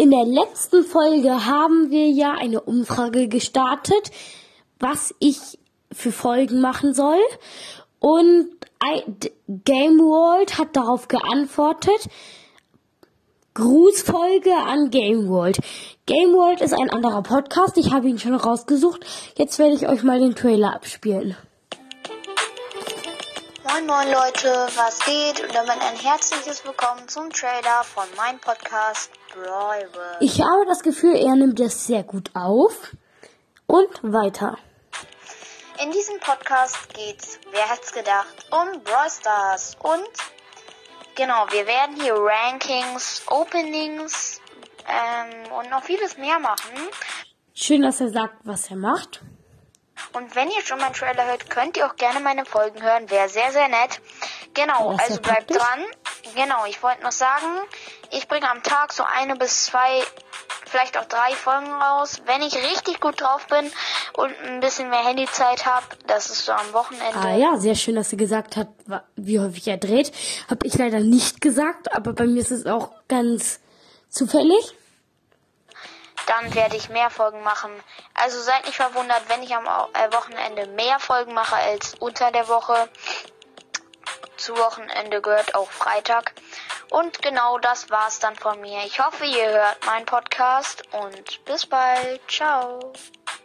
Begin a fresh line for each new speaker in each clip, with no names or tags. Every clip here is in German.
In der letzten Folge haben wir ja eine Umfrage gestartet, was ich für Folgen machen soll. Und Game World hat darauf geantwortet. Grußfolge an Game World. Game World ist ein anderer Podcast. Ich habe ihn schon rausgesucht. Jetzt werde ich euch mal den Trailer abspielen.
Moin moin Leute, was geht? Und damit ein herzliches Willkommen zum Trailer von meinem Podcast Brawl World.
Ich habe das Gefühl, er nimmt das sehr gut auf. Und weiter.
In diesem Podcast geht's, wer hätt's gedacht, um Brawl Stars. Und genau, wir werden hier Rankings, Openings und noch vieles mehr machen.
Schön, dass er sagt, was er macht.
Und wenn ihr schon meinen Trailer hört, könnt ihr auch gerne meine Folgen hören. Wäre sehr, sehr nett. Genau, also bleibt dran. Genau, ich wollte noch sagen, ich bringe am Tag so 1 bis 2, vielleicht auch 3 Folgen raus. Wenn ich richtig gut drauf bin und ein bisschen mehr Handyzeit habe, das ist so am Wochenende.
Ah ja, sehr schön, dass sie gesagt hat, wie häufig er dreht. Habe ich leider nicht gesagt, aber bei mir ist es auch ganz zufällig.
Dann werde ich mehr Folgen machen. Also seid nicht verwundert, wenn ich am Wochenende mehr Folgen mache als unter der Woche. Zu Wochenende gehört auch Freitag. Und genau das war's dann von mir. Ich hoffe, ihr hört meinen Podcast und bis bald. Ciao.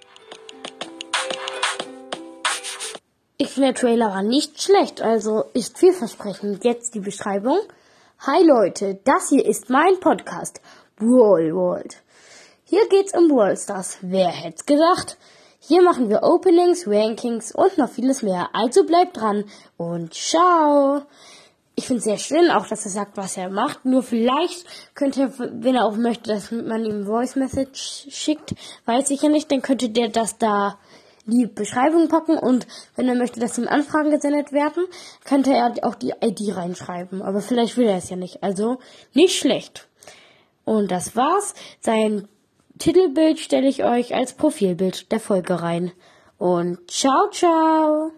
Ich finde, der Trailer war nicht schlecht, also ist vielversprechend. Jetzt die Beschreibung. Hi Leute, das hier ist mein Podcast, Brawl World. Hier geht's um Brawl Stars. Wer hätt's gedacht? Hier machen wir Openings, Rankings und noch vieles mehr. Also bleibt dran und ciao. Ich finde es sehr schön, auch dass er sagt, was er macht. Nur vielleicht könnte er, wenn er auch möchte, dass man ihm Voice Message schickt, weiß ich ja nicht, dann könnte der das da die Beschreibung packen und wenn er möchte, dass ihm Anfragen gesendet werden, könnte er auch die ID reinschreiben. Aber vielleicht will er es ja nicht. Also nicht schlecht. Und das war's. Sein Titelbild stelle ich euch als Profilbild der Folge rein. Und ciao, ciao!